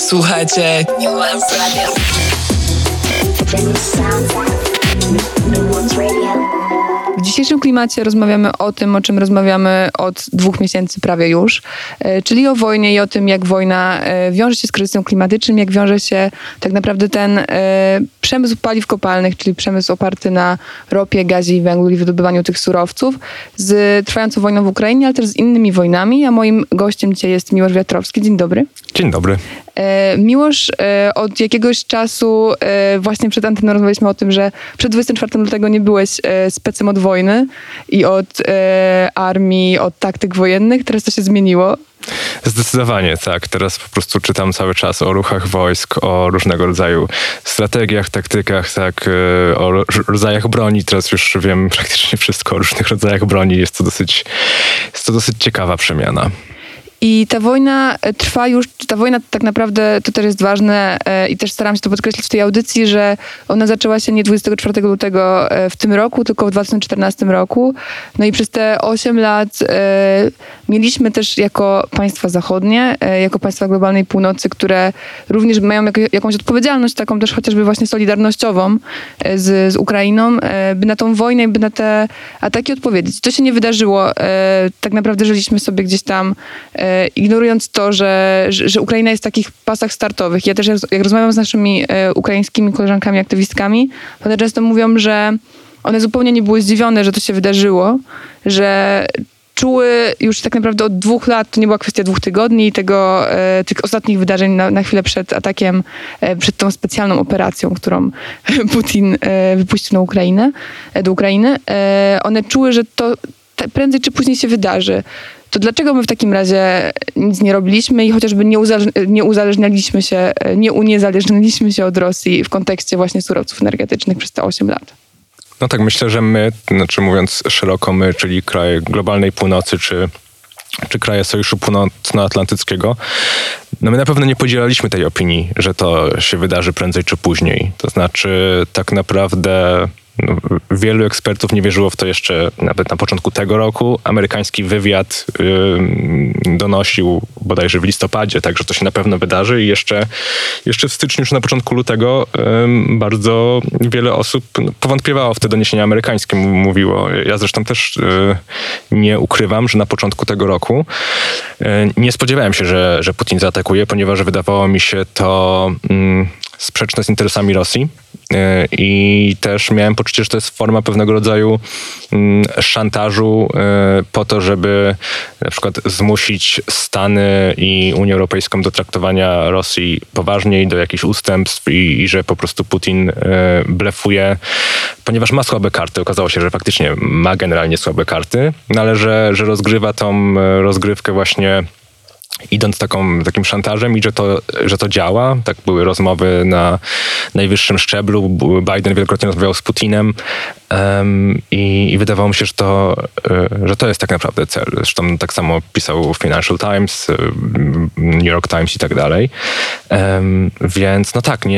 Słuchajcie Nuance Radio. W dzisiejszym klimacie rozmawiamy o tym, o czym rozmawiamy od 2 miesięcy prawie już, czyli o wojnie i o tym, jak wojna wiąże się z kryzysem klimatycznym, jak wiąże się tak naprawdę ten przemysł paliw kopalnych, czyli przemysł oparty na ropie, gazie i węglu i wydobywaniu tych surowców z trwającą wojną w Ukrainie, ale też z innymi wojnami. A moim gościem dzisiaj jest Miłosz Wiatrowski. Dzień dobry. Dzień dobry. Miłosz, od jakiegoś czasu właśnie przed anteną rozmawialiśmy o tym, że przed 24 lutego nie byłeś specem od wojny i od armii, od taktyk wojennych. Teraz to się zmieniło. Zdecydowanie tak. Teraz po prostu czytam cały czas o ruchach wojsk, o różnego rodzaju strategiach, taktykach, tak, o rodzajach broni. Teraz już wiem praktycznie wszystko o różnych rodzajach broni. Jest to dosyć ciekawa przemiana. I ta wojna trwa już, ta wojna tak naprawdę, to też jest ważne i też staram się to podkreślić w tej audycji, że ona zaczęła się nie 24 lutego w tym roku, tylko w 2014 roku. No i przez te 8 lat mieliśmy też jako państwa zachodnie, jako państwa globalnej północy, które również mają jakąś odpowiedzialność taką też chociażby właśnie solidarnościową z Ukrainą, by na tą wojnę, by na te ataki odpowiedzieć. To się nie wydarzyło. Tak naprawdę żyliśmy sobie gdzieś tam ignorując to, że Ukraina jest w takich pasach startowych. Ja też jak rozmawiam z naszymi ukraińskimi koleżankami, aktywistkami, one często mówią, że one zupełnie nie były zdziwione, że to się wydarzyło, że czuły już tak naprawdę od 2 lat, to nie była kwestia 2 tygodni i tych ostatnich wydarzeń na chwilę przed atakiem, przed tą specjalną operacją, którą Putin wypuścił do Ukrainy. One czuły, że to prędzej czy później się wydarzy. To dlaczego my w takim razie nic nie robiliśmy i chociażby nie uniezależniliśmy się od Rosji w kontekście właśnie surowców energetycznych przez te 8 lat? No tak, myślę, że my, znaczy mówiąc szeroko my, czyli kraje globalnej północy, czy kraje Sojuszu Północnoatlantyckiego, no my na pewno nie podzielaliśmy tej opinii, że to się wydarzy prędzej czy później. To znaczy tak naprawdę wielu ekspertów nie wierzyło w to jeszcze nawet na początku tego roku. Amerykański wywiad donosił bodajże w listopadzie, tak, że to się na pewno wydarzy i jeszcze w styczniu czy na początku lutego bardzo wiele osób powątpiewało w te doniesienia amerykańskie. Mówiło, ja zresztą też nie ukrywam, że na początku tego roku nie spodziewałem się, że Putin zaatakuje, ponieważ wydawało mi się to sprzeczne z interesami Rosji i też miałem poczucie, że to jest forma pewnego rodzaju szantażu po to, żeby na przykład zmusić Stany i Unię Europejską do traktowania Rosji poważniej, do jakichś ustępstw i że po prostu Putin blefuje, ponieważ ma słabe karty. Okazało się, że faktycznie ma generalnie słabe karty, no ale że rozgrywa tą rozgrywkę właśnie idąc takim szantażem i że to działa. Tak były rozmowy na najwyższym szczeblu. Biden wielokrotnie rozmawiał z Putinem i wydawało mi się, że to jest tak naprawdę cel. Zresztą tak samo pisał Financial Times, New York Times i tak dalej. Więc no tak,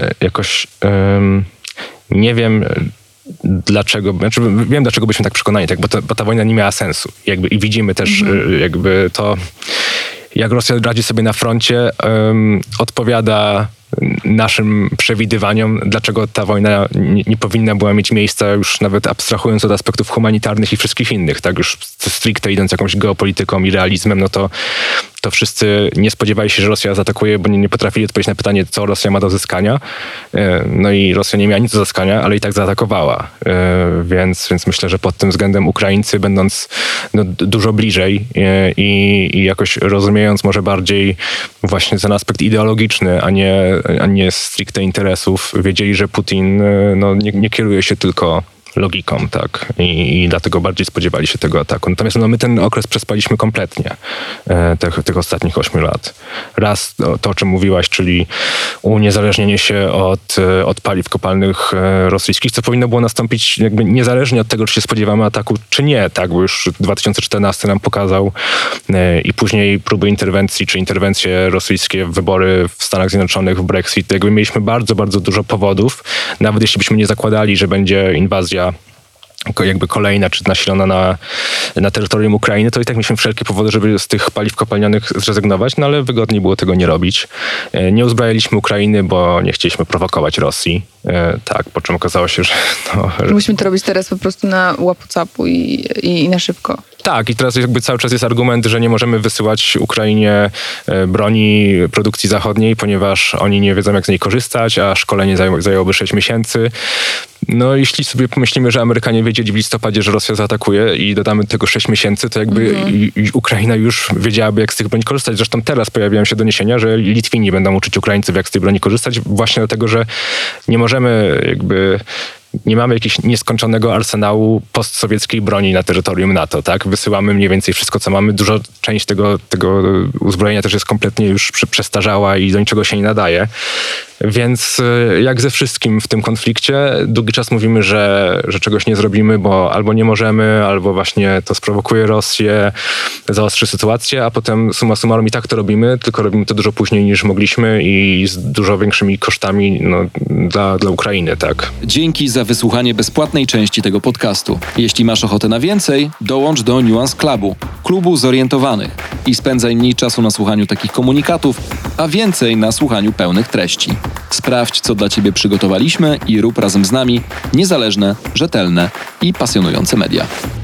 nie wiem dlaczego, znaczy wiem dlaczego byliśmy tak przekonani, tak, bo ta wojna nie miała sensu. I widzimy też jakby to, jak Rosja radzi sobie na froncie, odpowiada naszym przewidywaniom, dlaczego ta wojna nie powinna była mieć miejsca, już nawet abstrahując od aspektów humanitarnych i wszystkich innych, tak, już stricte idąc jakąś geopolityką i realizmem, no to wszyscy nie spodziewali się, że Rosja zaatakuje, bo nie potrafili odpowiedzieć na pytanie, co Rosja ma do zyskania. No i Rosja nie miała nic do zyskania, ale i tak zaatakowała. Więc myślę, że pod tym względem Ukraińcy, będąc dużo bliżej i jakoś rozumiejąc może bardziej właśnie ten aspekt ideologiczny, a nie stricte interesów, wiedzieli, że Putin nie kieruje się tylko logiką, tak? I dlatego bardziej spodziewali się tego ataku. Natomiast my ten okres przespaliśmy kompletnie, tych ostatnich 8 lat. Raz to, o czym mówiłaś, czyli uniezależnienie się od paliw kopalnych rosyjskich, co powinno było nastąpić jakby niezależnie od tego, czy się spodziewamy ataku, czy nie, tak? Bo już 2014 nam pokazał i później próby interwencji, czy interwencje rosyjskie w wybory w Stanach Zjednoczonych, w Brexit. Jakby mieliśmy bardzo, bardzo dużo powodów, nawet jeśli byśmy nie zakładali, że będzie inwazja jakby kolejna, czy nasilona na terytorium Ukrainy, to i tak mieliśmy wszelkie powody, żeby z tych paliw kopalnianych zrezygnować, no ale wygodniej było tego nie robić. Nie uzbrajaliśmy Ukrainy, bo nie chcieliśmy prowokować Rosji. Tak, po czym okazało się, że... Musimy to robić teraz po prostu na łapu-capu i na szybko. Tak, i teraz jakby cały czas jest argument, że nie możemy wysyłać Ukrainie broni produkcji zachodniej, ponieważ oni nie wiedzą, jak z niej korzystać, a szkolenie zajęłoby 6 miesięcy. No jeśli sobie pomyślimy, że Amerykanie wiedzieli w listopadzie, że Rosja zaatakuje i dodamy tego 6 miesięcy, to jakby Ukraina już wiedziałaby, jak z tych broni korzystać. Zresztą teraz pojawiają się doniesienia, że Litwini będą uczyć Ukraińców, jak z tej broni korzystać, właśnie dlatego, że nie mamy jakiegoś nieskończonego arsenału postsowieckiej broni na terytorium NATO, tak? Wysyłamy mniej więcej wszystko, co mamy. Duża część tego uzbrojenia też jest kompletnie już przestarzała i do niczego się nie nadaje. Więc jak ze wszystkim w tym konflikcie, długi czas mówimy, że czegoś nie zrobimy, bo albo nie możemy, albo właśnie to sprowokuje Rosję, zaostrzy sytuację, a potem summa summarum i tak to robimy, tylko robimy to dużo później niż mogliśmy i z dużo większymi kosztami dla Ukrainy, tak. Dzięki za wysłuchanie bezpłatnej części tego podcastu. Jeśli masz ochotę na więcej, dołącz do Nuance Clubu, klubu zorientowanych i spędzaj mniej czasu na słuchaniu takich komunikatów, a więcej na słuchaniu pełnych treści. Sprawdź, co dla Ciebie przygotowaliśmy i rób razem z nami niezależne, rzetelne i pasjonujące media.